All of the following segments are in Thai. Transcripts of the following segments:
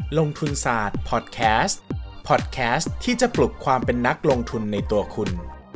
ลงทุนศาสตร์พอดแคสต์ที่จะปลุกความเป็นนักลงทุนในตัวคุณ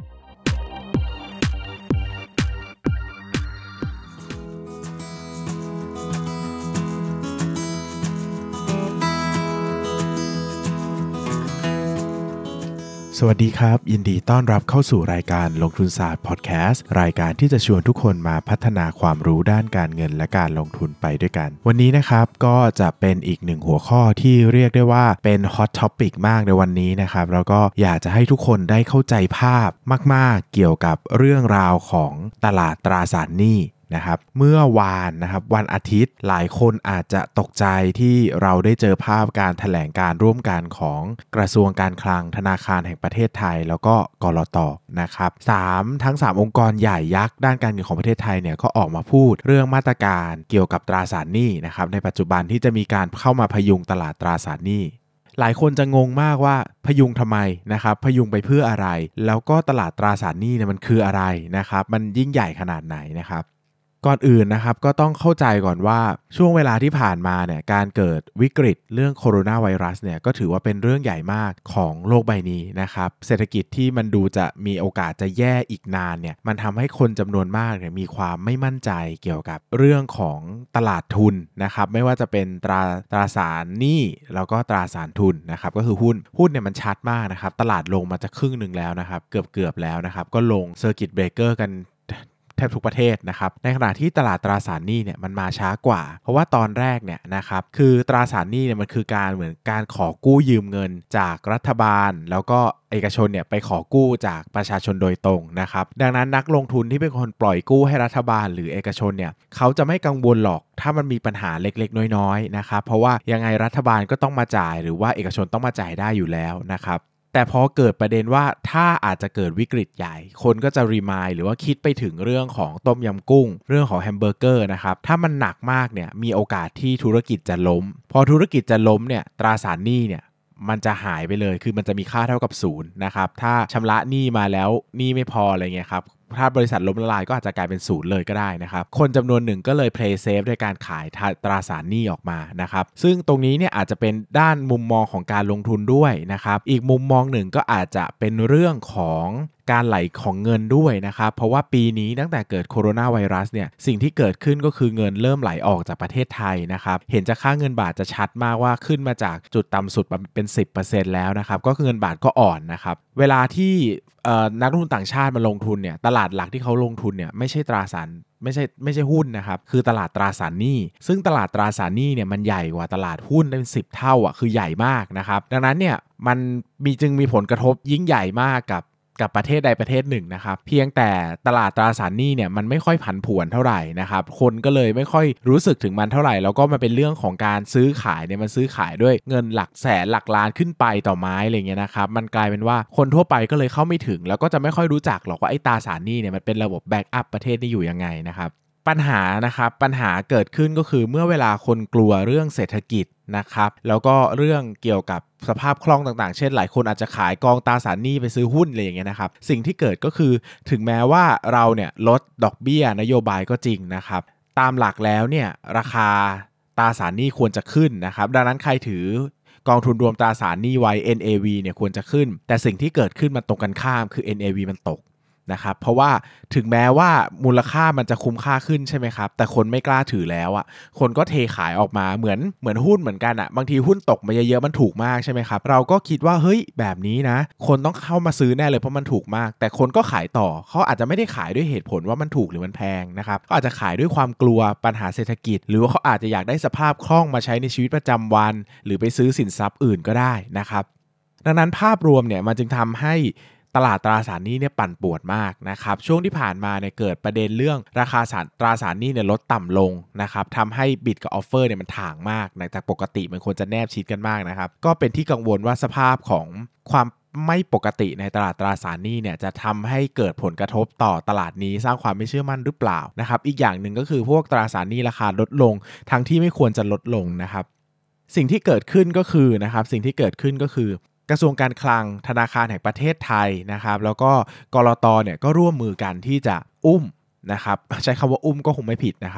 สวัสดีครับยินดีต้อนรับเข้าสู่รายการลงทุนศาสตร์พอดแคสต์รายการที่จะชวนทุกคนมาพัฒนาความรู้ด้านการเงินและการลงทุนไปด้วยกันวันนี้นะครับก็จะเป็นอีกหนึ่งหัวข้อที่เรียกได้ว่าเป็นฮอตท็อปิกมากในวันนี้นะครับแล้วก็อยากจะให้ทุกคนได้เข้าใจภาพมากๆเกี่ยวกับเรื่องราวของตลาดตราสารหนี้นะครับเมื่อวานนะครับวันอาทิตย์หลายคนอาจจะตกใจที่เราได้เจอภาพการแถลงการร่วมกันของกระทรวงการคลังธนาคารแห่งประเทศไทยแล้วก็กลต.นะครับทั้ง 3 องค์กรใหญ่ยักษ์ด้านการเงินของประเทศไทยเนี่ยก็ออกมาพูดเรื่องมาตรการเกี่ยวกับตราสารหนี้นะครับในปัจจุบันที่จะมีการเข้ามาพยุงตลาดตราสารหนี้หลายคนจะงงมากว่าพยุงทำไมนะครับพยุงไปเพื่ออะไรแล้วก็ตลาดตราสารหนี้เนี่ยมันคืออะไรนะครับมันยิ่งใหญ่ขนาดไหนนะครับก่อนอื่นนะครับก็ต้องเข้าใจก่อนว่าช่วงเวลาที่ผ่านมาเนี่ยการเกิดวิกฤตเรื่องโคโรนาไวรัสเนี่ยก็ถือว่าเป็นเรื่องใหญ่มากของโลกใบนี้นะครับเศรษฐกิจที่มันดูจะมีโอกาสจะแย่อีกนานเนี่ยมันทำให้คนจำนวนมากเนี่ยมีความไม่มั่นใจเกี่ยวกับเรื่องของตลาดทุนนะครับไม่ว่าจะเป็นตราสารหนี้แล้วก็ตราสารทุนนะครับก็คือหุ้นเนี่ยมันชัดมากนะครับตลาดลงมาจะครึ่งนึงแล้วนะครับเกือบแล้วนะครับก็ลงเซอร์กิตเบรกเกอร์กันแทบทุกประเทศนะครับในขณะที่ตลาดตราสารหนี้เนี่ยมันมาช้ากว่าเพราะว่าตอนแรกเนี่ยนะครับคือตราสารหนี้เนี่ยมันคือการเหมือนการขอกู้ยืมเงินจากรัฐบาลแล้วก็เอกชนเนี่ยไปขอกู้จากประชาชนโดยตรงนะครับดังนั้นนักลงทุนที่เป็นคนปล่อยกู้ให้รัฐบาลหรือเอกชนเนี่ยเขาจะไม่กังวลหรอกถ้ามันมีปัญหาเล็กๆน้อยๆนะครับเพราะว่ายังไงรัฐบาลก็ต้องมาจ่ายหรือว่าเอกชนต้องมาจ่ายได้อยู่แล้วนะครับแต่พอเกิดประเด็นว่าถ้าอาจจะเกิดวิกฤตใหญ่คนก็จะรีมายด์หรือว่าคิดไปถึงเรื่องของต้มยำกุ้งเรื่องของแฮมเบอร์เกอร์นะครับถ้ามันหนักมากเนี่ยมีโอกาสที่ธุรกิจจะล้มพอธุรกิจจะล้มเนี่ยตราสารหนี้เนี่ยมันจะหายไปเลยคือมันจะมีค่าเท่ากับศูนย์นะครับถ้าชำระหนี้มาแล้วหนี้ไม่พออะไรเงี้ยครับถ้าบริษัทล้มละลายก็อาจจะกลายเป็นศูนย์เลยก็ได้นะครับคนจำนวนหนึ่งก็เลย play safe ด้วยการขายตราสารหนี้ออกมานะครับซึ่งตรงนี้เนี่ยอาจจะเป็นด้านมุมมองของการลงทุนด้วยนะครับอีกมุมมองหนึ่งก็อาจจะเป็นเรื่องของการไหลของเงินด้วยนะครับเพราะว่าปีนี้ตั้งแต่เกิดโคโรนาไวรัสเนี่ยสิ่งที่เกิดขึ้นก็คือเงินเริ่มไหลออกจากประเทศไทยนะครับเห็นจากค่าเงินบาทจะชัดมากว่าขึ้นมาจากจุดต่ำสุดเป็น 10% แล้วนะครับก็คือเงินบาทก็อ่อนนะครับเวลาที่นักลงทุนต่างชาติมาลงทุนเนี่ยตลาดหลักที่เขาลงทุนเนี่ยไม่ใช่ตราสารไม่ใช่หุ้นนะครับคือตลาดตราสารหนี้ซึ่งตลาดตราสารหนี้เนี่ยมันใหญ่กว่าตลาดหุ้นเป็น10เท่าอ่ะคือใหญ่มากนะครับดังนั้นเนี่ยมันจึงมีผลกระทบยิ่งใหญ่มากกับประเทศใดประเทศหนึ่งนะครับเพียงแต่ตลาดตราสารหนี้เนี่ยมันไม่ค่อยผันผวนเท่าไหร่นะครับคนก็เลยไม่ค่อยรู้สึกถึงมันเท่าไหร่แล้วก็มันเป็นเรื่องของการซื้อขายเนี่ยมันซื้อขายด้วยเงินหลักแสนหลักล้านขึ้นไปต่อไม้อะไรเงี้ยนะครับมันกลายเป็นว่าคนทั่วไปก็เลยเข้าไม่ถึงแล้วก็จะไม่ค่อยรู้จักหรอกว่าไอ้ตราสารหนี้เนี่ยมันเป็นระบบแบ็กอัพประเทศนี้อยู่ยังไงนะครับปัญหาเกิดขึ้นก็คือเมื่อเวลาคนกลัวเรื่องเศรษฐกิจนะครับแล้วก็เรื่องเกี่ยวกับสภาพคล่องต่างๆเช่นหลายคนอาจจะขายกองตราสารหนี้ไปซื้อหุ้นอะไรอย่างเงี้ยนะครับสิ่งที่เกิดก็คือถึงแม้ว่าเราเนี่ยลดดอกเบี้ยนโยบายก็จริงนะครับตามหลักแล้วเนี่ยราคาตราสารหนี้ควรจะขึ้นนะครับดังนั้นใครถือกองทุนรวมตราสารหนี้ไว้ NAV เนี่ยควรจะขึ้นแต่สิ่งที่เกิดขึ้นมันตรงกันข้ามคือ NAV มันตกนะครับเพราะว่าถึงแม้ว่ามูลค่ามันจะคุ้มค่าขึ้นใช่ไหมครับแต่คนไม่กล้าถือแล้วอ่ะคนก็เทขายออกมาเหมือนหุ้นเหมือนกันอ่ะบางทีหุ้นตกมาเยอะๆมันถูกมากใช่ไหมครับเราก็คิดว่าเฮ้ยแบบนี้นะคนต้องเข้ามาซื้อแน่เลยเพราะมันถูกมากแต่คนก็ขายต่อเขาอาจจะไม่ได้ขายด้วยเหตุผลว่ามันถูกหรือมันแพงนะครับก็อาจจะขายด้วยความกลัวปัญหาเศรษฐกิจหรือว่าเขาอาจจะอยากได้สภาพคล่องมาใช้ในชีวิตประจำวันหรือไปซื้อสินทรัพย์อื่นก็ได้นะครับดังนั้นภาพรวมเนี่ยมันจึงทำให้ตลาดตราสารหนี้เนี่ยปั่นป่วนมากนะครับช่วงที่ผ่านมาเนี่ยเกิดประเด็นเรื่องราคาตราสารหนี้เนี่ยลดต่ำลงนะครับทำให้บิดกับออฟเฟอร์เนี่ยมันถ่างมากจากปกติมันควรจะแนบชิดกันมากนะครับก็เป็นที่กังวลว่าสภาพของความไม่ปกติในตลาดตราสารหนี้เนี่ยจะทำให้เกิดผลกระทบต่อตลาดนี้สร้างความไม่เชื่อมั่นหรือเปล่านะครับอีกอย่างหนึ่งก็คือพวกตราสารหนี้ราคาลดลงทั้งที่ไม่ควรจะลดลงนะครับสิ่งที่เกิดขึ้นก็คือกระทรวงการคลังธนาคารแห่งประเทศไทยนะครับแล้วก็กลต.เนี่ยก็ร่วมมือกันที่จะนะครับใช้คำว่าก็คงไม่ผิดนะครับ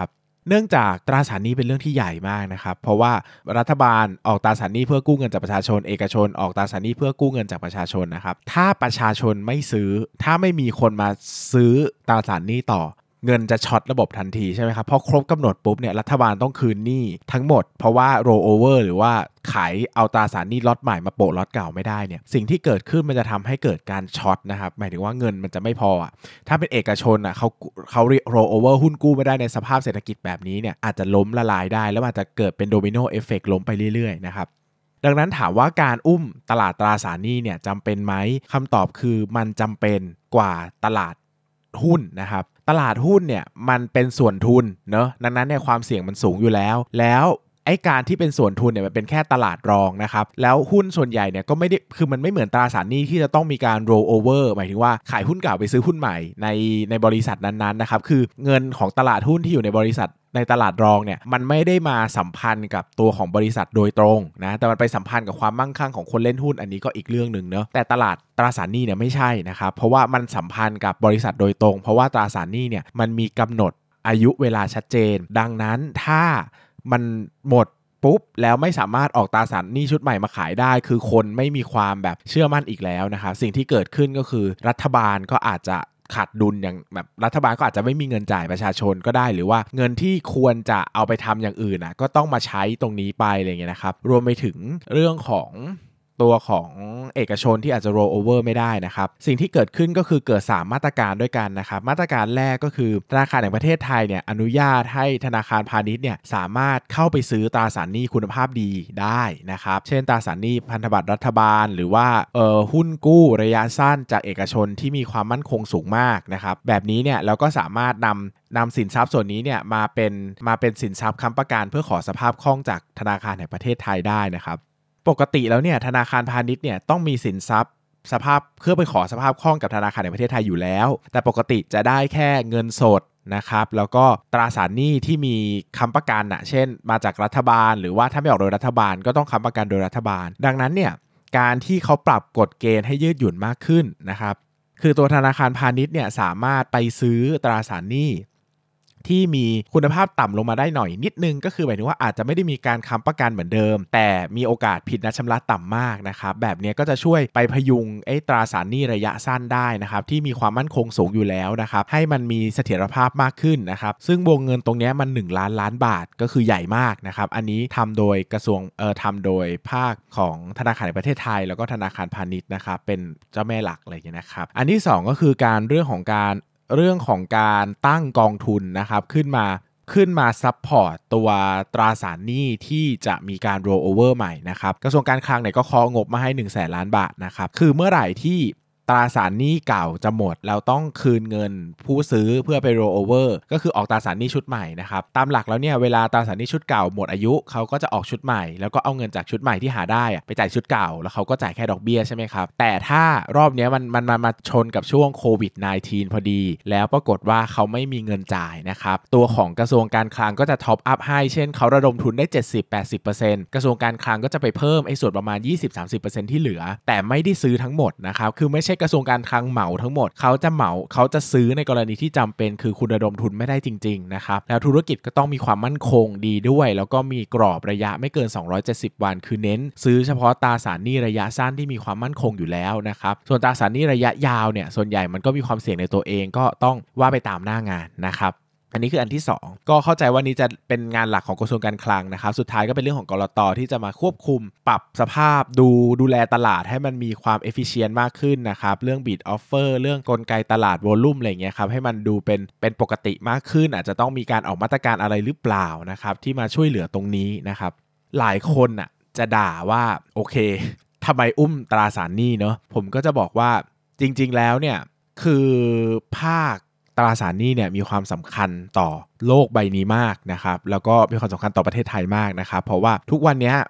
เนื่องจากตราสารหนี้เป็นเรื่องที่ใหญ่มากนะครับเพราะว่ารัฐบาลออกตราสารหนี้เพื่อกู้เงินจากประชาชนเอกชนออกตราสารหนี้เพื่อกู้เงินจากประชาชนนะครับถ้าประชาชนไม่ซื้อถ้าไม่มีคนมาซื้อตราสารหนี้ต่อเงินจะช็อตระบบทันทีใช่ไหมครับพอครบกำหนดปุ๊บเนี่ยรัฐบาลต้องคืนหนี้ทั้งหมดเพราะว่า roll over หรือว่าขายเอาตราสารหนี้ล็อตใหม่มาโปะล็อตเก่าไม่ได้เนี่ยสิ่งที่เกิดขึ้นมันจะทำให้เกิดการช็อตนะครับหมายถึงว่าเงินมันจะไม่พอถ้าเป็นเอกชนเขา roll over หุ้นกู้ไม่ได้ในสภาพเศรษฐกิจแบบนี้เนี่ยอาจจะล้มละลายได้แล้วอาจจะเกิดเป็นโดมิโนเอฟเฟกต์ล้มไปเรื่อยๆนะครับดังนั้นถามว่าการอุ้มตลาดตราสารหนี้เนี่ยจำเป็นไหมคำตอบคือมันจำเป็นกว่าตลาดหุ้นนะครับตลาดหุ้นเนี่ยมันเป็นส่วนทุนเนอะดังนั้นเนี่ยความเสี่ยงมันสูงอยู่แล้วไอ้การที่เป็นส่วนทุนเนี่ยมันเป็นแค่ตลาดรองนะครับแล้วหุ้นส่วนใหญ่เนี่ยก็ไม่ได้คือมันไม่เหมือนตราสารหนี้ที่จะต้องมีการ roll over หมายถึงว่าขายหุ้นเก่าไปซื้อหุ้นใหม่ในบริษัทนั้นๆนะครับคือเงินของตลาดหุ้นที่อยู่ในบริษัทในตลาดรองเนี่ยมันไม่ได้มาสัมพันธ์กับตัวของบริษัทโดยตรงนะแต่มันไปสัมพันธ์กับความมั่งคั่งของคนเล่นหุ้นอันนี้ก็อีกเรื่องนึงเนอะแต่ตลาดตราสารหนี้เนี่ยไม่ใช่นะครับเพราะว่ามันสัมพันธ์กับบริษัทโดยตรงเพราะว่าตราสารหนี้เนี่ยมันมีกำหนดอายุเวลาชัดเจนดังนั้นถ้ามันหมดปุ๊บแล้วไม่สามารถออกตราสารหนี้ชุดใหม่มาขายได้คือคนไม่มีความแบบเชื่อมั่นอีกแล้วนะครับสิ่งที่เกิดขึ้นก็คือรัฐบาลก็อาจจะขาดดุลอย่างแบบรัฐบาลก็อาจจะไม่มีเงินจ่ายประชาชนก็ได้หรือว่าเงินที่ควรจะเอาไปทำอย่างอื่นก็ต้องมาใช้ตรงนี้ไปอะไรเงี้ยนะครับรวมไปถึงเรื่องของตัวของเอกชนที่อาจจะ roll over ไม่ได้นะครับสิ่งที่เกิดขึ้นก็คือเกิด3มาตรการด้วยกันนะครับมาตรการแรกก็คือธนาคารแห่งประเทศไทยเนี่ยอนุญาตให้ธนาคารพาณิชย์เนี่ยสามารถเข้าไปซื้อตราสารหนี้คุณภาพดีได้นะครับเช่นตราสารหนี้พันธบัตรรัฐบาลหรือว่าหุ้นกู้ระยะสั้นจากเอกชนที่มีความมั่นคงสูงมากนะครับแบบนี้เนี่ยเราก็สามารถนำสินทรัพย์ส่วนนี้เนี่ยมาเป็นสินทรัพย์ค้ำประกันเพื่อขอสภาพคล่องจากธนาคารแห่งประเทศไทยได้นะครับปกติแล้วเนี่ยธนาคารพาณิชย์เนี่ยต้องมีสินทรัพย์สภาพเพื่อไปขอสภาพคล่องกับธนาคารแห่งประเทศไทยอยู่แล้วแต่ปกติจะได้แค่เงินสดนะครับแล้วก็ตราสารหนี้ที่มีค้ำประกันเช่นมาจากรัฐบาลหรือว่าถ้าไม่ออกโดยรัฐบาลก็ต้องค้ำประกันโดยรัฐบาลดังนั้นเนี่ยการที่เขาปรับกฎเกณฑ์ให้ยืดหยุ่นมากขึ้นนะครับคือตัวธนาคารพาณิชย์เนี่ยสามารถไปซื้อตราสารหนี้ที่มีคุณภาพต่ำลงมาได้หน่อยนิดนึงก็คือหมายถึงว่าอาจจะไม่ได้มีการค้ำประกันเหมือนเดิมแต่มีโอกาสผิดนัดชำระต่ำมากนะครับแบบนี้ก็จะช่วยไปพยุงตราสารหนี้ระยะสั้นได้นะครับที่มีความมั่นคงสูงอยู่แล้วนะครับให้มันมีเสถียรภาพมากขึ้นนะครับซึ่งวงเงินตรงนี้มัน1 ล้านล้านบาทก็คือใหญ่มากนะครับอันนี้ทำโดยกระทรวงทำโดยภาคของธนาคารแห่งประเทศไทยแล้วก็ธนาคารพาณิชย์นะครับเป็นเจ้าแม่หลักอะไรอย่างนี้นะครับอันที่2ก็คือเรื่องของการตั้งกองทุนนะครับขึ้นมาซัพพอร์ตตัวตราสารหนี้ที่จะมีการ roll over ใหม่นะครับกระทรวงการคลังเนี่ยก็ของบมาให้ 100,000 ล้านบาทนะครับคือเมื่อไหร่ที่ตราสารหนี้เก่าจะหมดแล้วต้องคืนเงินผู้ซื้อเพื่อไป roll over ก็คือออกตราสารหนี้ชุดใหม่นะครับตามหลักแล้วเนี่ยเวลาตราสารหนี้ชุดเก่าหมดอายุเขาก็จะออกชุดใหม่แล้วก็เอาเงินจากชุดใหม่ที่หาได้ไปจ่ายชุดเก่าแล้วเขาก็จ่ายแค่ดอกเบี้ยใช่ไหมครับแต่ถ้ารอบนี้มันมาชนกับช่วงโควิด -19 พอดีแล้วปรากฏว่าเขาไม่มีเงินจ่ายนะครับตัวของกระทรวงการคลังก็จะท็อปอัพให้เช่นเขาระดมทุนได้ 70-80% กระทรวงการคลังก็จะไปเพิ่มส่วนประมาณ 20-30% ที่เหลือแต่ไม่ได้ซื้อทั้งหมดนะครับคือไม่ใช่กระทรวงการคลังเหมาทั้งหมดเขาจะซื้อในกรณีที่จำเป็นคือคุณระดมทุนไม่ได้จริงๆนะครับแล้วธุรกิจก็ต้องมีความมั่นคงดีด้วยแล้วก็มีกรอบระยะไม่เกิน270วันคือเน้นซื้อเฉพาะตราสารหนี้ระยะสั้นที่มีความมั่นคงอยู่แล้วนะครับส่วนตราสารหนี้ระยะยาวเนี่ยส่วนใหญ่มันก็มีความเสี่ยงในตัวเองก็ต้องว่าไปตามหน้างานนะครับอันนี้คืออันที่2ก็เข้าใจว่านี้จะเป็นงานหลักของกระทรวงการคลังนะครับสุดท้ายก็เป็นเรื่องของกลต.ที่จะมาควบคุมปรับสภาพดูแลตลาดให้มันมีความ efficient มากขึ้นนะครับเรื่อง bid offer เรื่องกลไกตลาด volume อะไรเงี้ยครับให้มันดูเป็นปกติมากขึ้นอาจจะต้องมีการออกมาตรการอะไรหรือเปล่านะครับที่มาช่วยเหลือตรงนี้นะครับหลายคนจะด่าว่าโอเคทำไมอุ้มตราสารหนี้เนาะผมก็จะบอกว่าจริงๆแล้วเนี่ยคือภาคตราสารหนี้เนี่ยมีความสำคัญต่อโลกใบนี้มากนะครับแล้วก็มีความสำคัญต่อประเทศไทยมากนะครับเพราะว่าทุกวันนี้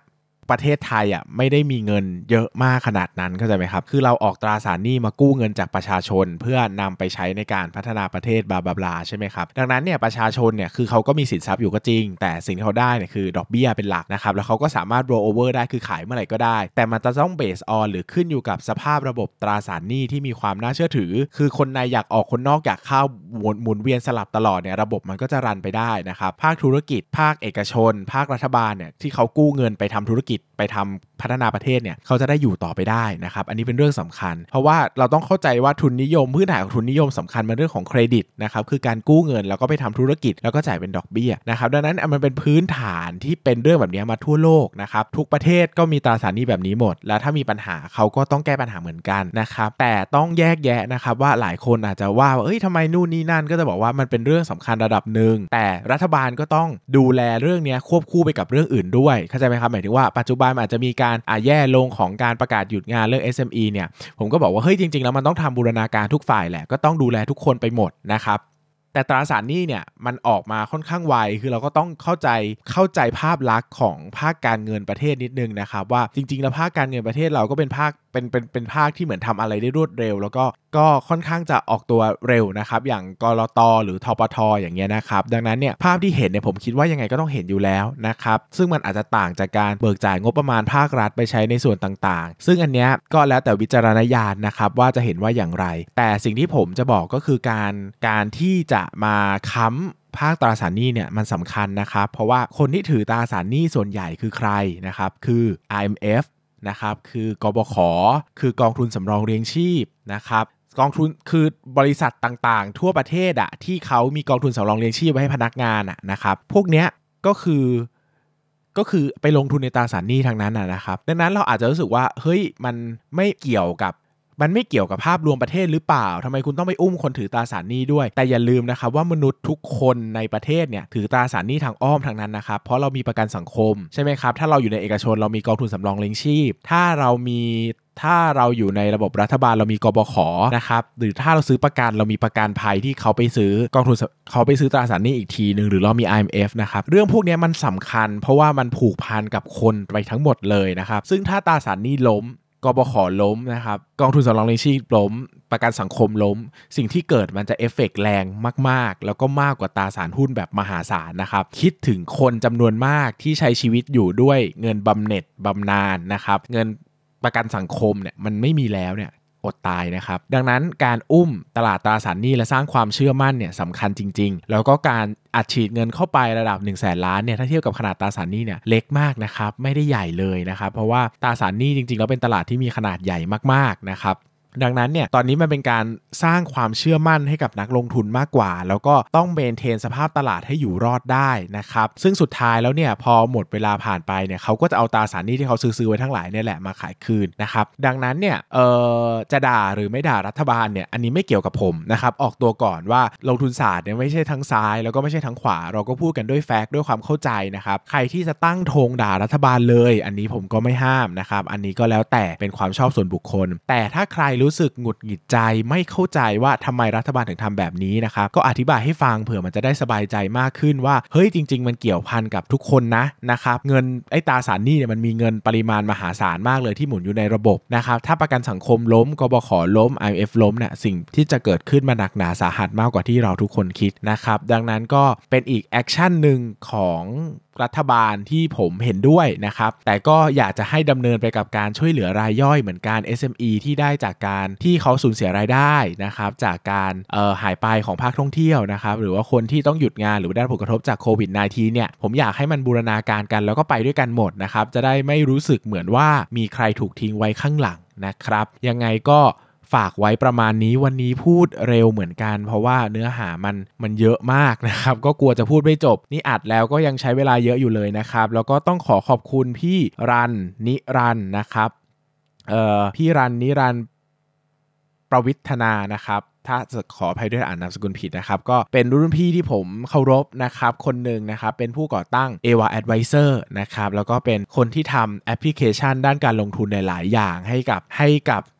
ประเทศไทยไม่ได้มีเงินเยอะมากขนาดนั้นเข้าใจไหมครับคือเราออกตราสารหนี้มากู้เงินจากประชาชนเพื่อนำไปใช้ในการพัฒนาประเทศบลาบลาใช่ไหมครับดังนั้นเนี่ยประชาชนเนี่ยคือเขาก็มีสินทรัพย์อยู่ก็จริงแต่สิ่งที่เขาได้เนี่ยคือดอกเบี้ยเป็นหลักนะครับแล้วเขาก็สามารถ roll over ได้คือขายเมื่อไหร่ก็ได้แต่มันจะต้อง base on หรือขึ้นอยู่กับสภาพระบบตราสารหนี้ที่มีความน่าเชื่อถือคือคนในอยากออกคนนอกอยากเข้าหมุนเวียนสลับตลอดเนี่ยระบบมันก็จะรันไปได้นะครับภาคธุรกิจภาคเอกชนภาครัฐบาลเนี่ยที่เขากู้เงินไปทำธุรกิจไปทำพัฒนาประเทศเนี่ยเขาจะได้อยู่ต่อไปได้นะครับอันนี้เป็นเรื่องสำคัญเพราะว่าเราต้องเข้าใจว่าทุนนิยมพื้นฐานของทุนนิยมสำคัญเป็นเรื่องของเครดิตนะครับคือการกู้เงินแล้วก็ไปทำธุรกิจแล้วก็จ่ายเป็นดอกเบี้ยนะครับดังนั้นมันเป็นพื้นฐานที่เป็นเรื่องแบบนี้มาทั่วโลกนะครับทุกประเทศก็มีตราสารหนี้แบบนี้หมดแล้วถ้ามีปัญหาเขาก็ต้องแก้ปัญหาเหมือนกันนะครับแต่ต้องแยกแยะนะครับว่าหลายคนอาจจะว่าทำไมนู่นนี่นั่นก็จะบอกว่ามันเป็นเรื่องสำคัญระดับหนึ่งแต่รัฐบาลก็ต้องดูแลเรื่องนี้ควบคู่ไปกับเรื่องอื่นด้วยเข้าใจไหมครับหมายถึงว่าปัจจุบันอาจจะมีการแย่ลงของการประกาศหยุดงานเรื่อง SME เนี่ยผมก็บอกว่าจริงๆแล้วมันต้องทำบูรณาการทุกฝ่ายแหละก็ต้องดูแลทุกคนไปหมดนะครับแต่ตราสารหนี้เนี่ยมันออกมาค่อนข้างไวคือเราก็ต้องเข้าใจภาพลักษณ์ของภาคการเงินประเทศนิดนึงนะครับว่าจริงๆแล้วภาคการเงินประเทศเราก็เป็นภาคเป็นภาคที่เหมือนทำอะไรได้รวดเร็วแล้วก็ค่อนข้างจะออกตัวเร็วนะครับอย่างกลต.หรือธปท.อย่างเงี้ยนะครับดังนั้นเนี่ยภาพที่เห็นเนี่ยผมคิดว่ายังไงก็ต้องเห็นอยู่แล้วนะครับซึ่งมันอาจจะต่างจากการเบิกจ่ายงบประมาณภาครัฐไปใช้ในส่วนต่างๆซึ่งอันเนี้ยก็แล้วแต่วิจารณญาณนะครับว่าจะเห็นว่าอย่างไรแต่สิ่งที่ผมจะบอกก็คือการที่จะมาค้ำภาคตราสารหนี้เนี่ยมันสำคัญนะครับเพราะว่าคนที่ถือตราสารหนี้ส่วนใหญ่คือใครนะครับคือ IMF นะครับคือกบข.คือกองทุนสำรองเลี้ยงชีพนะครับกองทุนคือบริษัทต่างๆทั่วประเทศที่เขามีกองทุนสำรองเลี้ยงชีพไว้ให้พนักงานนะครับพวกเนี้ยก็คือไปลงทุนในตราสารหนี้ทางนั้นนะครับดังนั้นเราอาจจะรู้สึกว่ามันไม่เกี่ยวกับภาพรวมประเทศหรือเปล่าทำไมคุณต้องไปอุ้มคนถือตราสารหนี้ด้วยแต่อย่าลืมนะครับว่ามนุษย์ทุกคนในประเทศเนี่ยถือตราสารหนี้ทางอ้อมทางนั้นนะครับเพราะเรามีประกันสังคมใช่ไหมครับถ้าเราอยู่ในเอกชนเรามีกองทุนสำรองเลี้ยงชีพถ้าเราอยู่ในระบบรัฐบาลเรามีกบข.นะครับหรือถ้าเราซื้อประกันเรามีประกันภัยที่เขาไปซื้อกองทุนเขาไปซื้อตราสารหนี้อีกทีนึงหรือเรามี IMF นะครับเรื่องพวกนี้มันสำคัญเพราะว่ามันผูกพันกับคนไปทั้งหมดเลยนะครับซึ่งถ้าตราสารหนี้ล้มกบข.ล้มนะครับกองทุนสำรองเลี้ยงชีพล้มประกันสังคมล้มสิ่งที่เกิดมันจะเอฟเฟกต์แรงมากๆแล้วก็มากกว่าตราสารหุ้นแบบมหาศาลนะครับคิดถึงคนจำนวนมากที่ใช้ชีวิตอยู่ด้วยเงินบำเหน็จบำนาญนะครับเงินประกันสังคมเนี่ยมันไม่มีแล้วเนี่ยอดตายนะครับดังนั้นการอุ้มตลาดตราสารหนี้และสร้างความเชื่อมั่นเนี่ยสำคัญจริงๆแล้วก็การอัดฉีดเงินเข้าไประดับ 100,000 ล้านเนี่ยถ้าเทียบกับขนาดตราสารหนี้เนี่ยเล็กมากนะครับไม่ได้ใหญ่เลยนะครับเพราะว่าตราสารหนี้จริงๆแล้วเป็นตลาดที่มีขนาดใหญ่มากๆนะครับดังนั้นเนี่ยตอนนี้มันเป็นการสร้างความเชื่อมั่นให้กับนักลงทุนมากกว่าแล้วก็ต้องเมนเทนสภาพตลาดให้อยู่รอดได้นะครับซึ่งสุดท้ายแล้วเนี่ยพอหมดเวลาผ่านไปเนี่ยเขาก็จะเอาตราสารหนี้ที่เขาซื้อไว้ทั้งหลายเนี่ยแหละมาขายคืนนะครับดังนั้นเนี่ยจะด่าหรือไม่ด่ารัฐบาลเนี่ยอันนี้ไม่เกี่ยวกับผมนะครับออกตัวก่อนว่าลงทุนศาสตร์เนี่ยไม่ใช่ทั้งซ้ายแล้วก็ไม่ใช่ทั้งขวาเราก็พูดกันด้วยแฟกต์ด้วยความเข้าใจนะครับใครที่จะตั้งธงด่ารัฐบาลเลยอันนี้ผมก็ไม่ห้ามนะครับอันนี้ก็แล้วแต่เป็นความชอบส่วนบุคคลแต่ถ้าใครรู้สึกหงุดหงิดใจไม่เข้าใจว่าทำไมรัฐบาลถึงทำแบบนี้นะครับก็อธิบายให้ฟังเผื่อมันจะได้สบายใจมากขึ้นว่าจริงๆมันเกี่ยวพันกับทุกคนนะครับเงินตราสารหนี้เนี่ยมันมีเงินปริมาณมหาศาลมากเลยที่หมุนอยู่ในระบบนะครับถ้าประกันสังคมล้มกบข.ล้ม IMF ล้มเนี่ยสิ่งที่จะเกิดขึ้นมาหนักหนาสาหัสมากกว่าที่เราทุกคนคิดนะครับดังนั้นก็เป็นอีกแอคชั่นหนึ่งของรัฐบาลที่ผมเห็นด้วยนะครับแต่ก็อยากจะให้ดำเนินไปกับการช่วยเหลือรายย่อยเหมือนกัน SME ที่ได้จากการที่เขาสูญเสียรายได้นะครับจากการหายไปของภาคท่องเที่ยวนะครับหรือว่าคนที่ต้องหยุดงานหรือได้รับผลกระทบจากโควิด -19 เนี่ยผมอยากให้มันบูรณาการกันแล้วก็ไปด้วยกันหมดนะครับจะได้ไม่รู้สึกเหมือนว่ามีใครถูกทิ้งไว้ข้างหลังนะครับยังไงก็ฝากไว้ประมาณนี้วันนี้พูดเร็วเหมือนกันเพราะว่าเนื้อหามันเยอะมากนะครับก็กลัวจะพูดไม่จบนี่อัดแล้วก็ยังใช้เวลาเยอะอยู่เลยนะครับแล้วก็ต้องขอบคุณพี่รันนิรันนะครับพี่รันนิรันประวิทนานะครับถ้าจะขออภัยด้วยอ่านนามสกุลผิดนะครับก็เป็นรุ่นพี่ที่ผมเคารพนะครับคนหนึ่งนะครับเป็นผู้ก่อตั้ง Eva Advisor นะครับแล้วก็เป็นคนที่ทำแอปพลิเคชันด้านการลงทุนในหลายอย่างให้กับ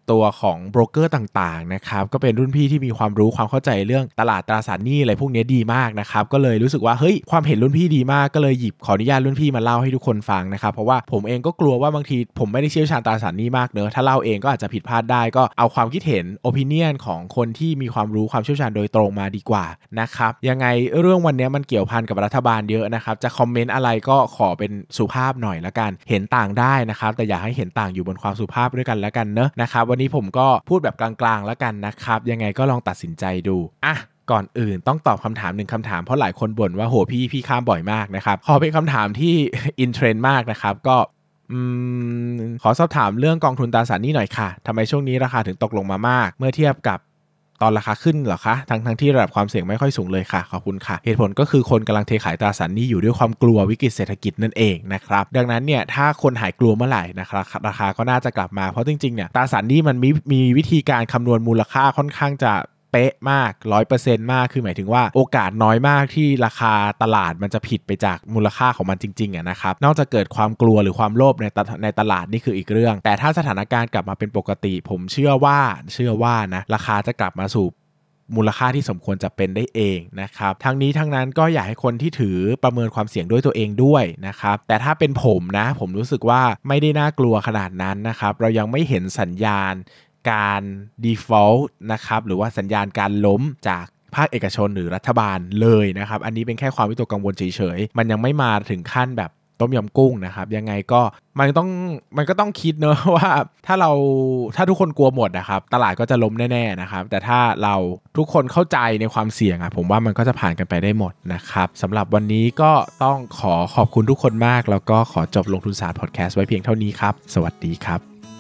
ตัวของโบรกเกอร์ต่างๆนะครับก็เป็นรุ่นพี่ที่มีความรู้ความเข้าใจเรื่องตลาดตราสารหนี้อะไรพวกนี้ดีมากนะครับก็เลยรู้สึกว่าเฮ้ยความเห็นรุ่นพี่ดีมากก็เลยหยิบขออนุญาตรุ่นพี่มาเล่าให้ทุกคนฟังนะครับเพราะว่าผมเองก็กลัวว่าบางทีผมไม่ได้เชี่ยวชาญตราสารหนี้มากเนอะถ้าเล่าเองก็อาจจะผิดพลาดได้ก็เอาความคิดเห็น opinion ของคนที่มีความรู้ความเชี่ยวชาญโดยตรงมาดีกว่านะครับยังไงเรื่องวันนี้มันเกี่ยวพันกับรัฐบาลเยอะนะครับจะคอมเมนต์อะไรก็ขอเป็นสุภาพหน่อยละกันเห็นต่างได้นะครับแต่อยากให้เห็นต่างอยู่บนความสุภาพด้วยกันแล้วกันเนอะนะครับวันนี้ผมก็พูดแบบกลางๆแล้วกันนะครับยังไงก็ลองตัดสินใจดูก่อนอื่นต้องตอบคำถาม1คำถามเพราะหลายคนบ่นว่าโหพี่ข้ามบ่อยมากนะครับขอเป็นคำถามที่อินเทรนด์มากนะครับก็ขอสอบถามเรื่องกองทุนตราสารหนี้หน่อยค่ะทำไมช่วงนี้ราคาถึงตกลงมามากเมื่อเทียบกับตอนราคาขึ้นเหรอคะทั้งที่ระดับความเสี่ยงไม่ค่อยสูงเลยค่ะขอบคุณค่ะเหตุผลก็คือคนกำลังเทขายตราสารหนี้อยู่ด้วยความกลัววิกฤตเศรษฐกิจนั่นเองนะครับดังนั้นเนี่ยถ้าคนหายกลัวเมื่อไหร่นะครับราคาก็น่าจะกลับมาเพราะจริงๆเนี่ยตราสารหนี้มันมีวิธีการคำนวณมูลค่าค่อนข้างจะเป๊ะมาก 100% มากคือหมายถึงว่าโอกาสน้อยมากที่ราคาตลาดมันจะผิดไปจากมูลค่าของมันจริงๆนะครับนอกจากเกิดความกลัวหรือความโลภในตลาดนี่คืออีกเรื่องแต่ถ้าสถานการณ์กลับมาเป็นปกติผมเชื่อว่านะราคาจะกลับมาสู่มูลค่าที่สมควรจะเป็นได้เองนะครับทั้งนี้ทั้งนั้นก็อยากให้คนที่ถือประเมินความเสี่ยงด้วยตัวเองด้วยนะครับแต่ถ้าเป็นผมรู้สึกว่าไม่ได้น่ากลัวขนาดนั้นนะครับเรายังไม่เห็นสัญญาณการ default นะครับหรือว่าสัญญาณการล้มจากภาคเอกชนหรือรัฐบาลเลยนะครับอันนี้เป็นแค่ความวิตกกังวลเฉยๆมันยังไม่มาถึงขั้นแบบต้มยำกุ้งนะครับยังไงก็มันก็ต้องคิดเนอะว่าถ้าทุกคนกลัวหมดนะครับตลาดก็จะล้มแน่ๆนะครับแต่ถ้าเราทุกคนเข้าใจในความเสี่ยงผมว่ามันก็จะผ่านกันไปได้หมดนะครับสำหรับวันนี้ก็ต้องขอบคุณทุกคนมากแล้วก็ขอจบลงทุนศาสตร์พอดแคสต์ไว้เพียงเท่านี้ครับสวัสดีครับ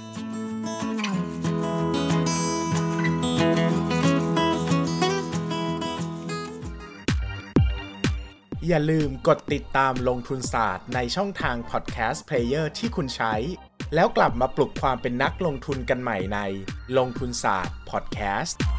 อย่าลืมกดติดตามลงทุนศาสตร์ในช่องทางพอดแคสต์เพลเยอร์ที่คุณใช้แล้วกลับมาปลุกความเป็นนักลงทุนกันใหม่ในลงทุนศาสตร์พอดแคสต์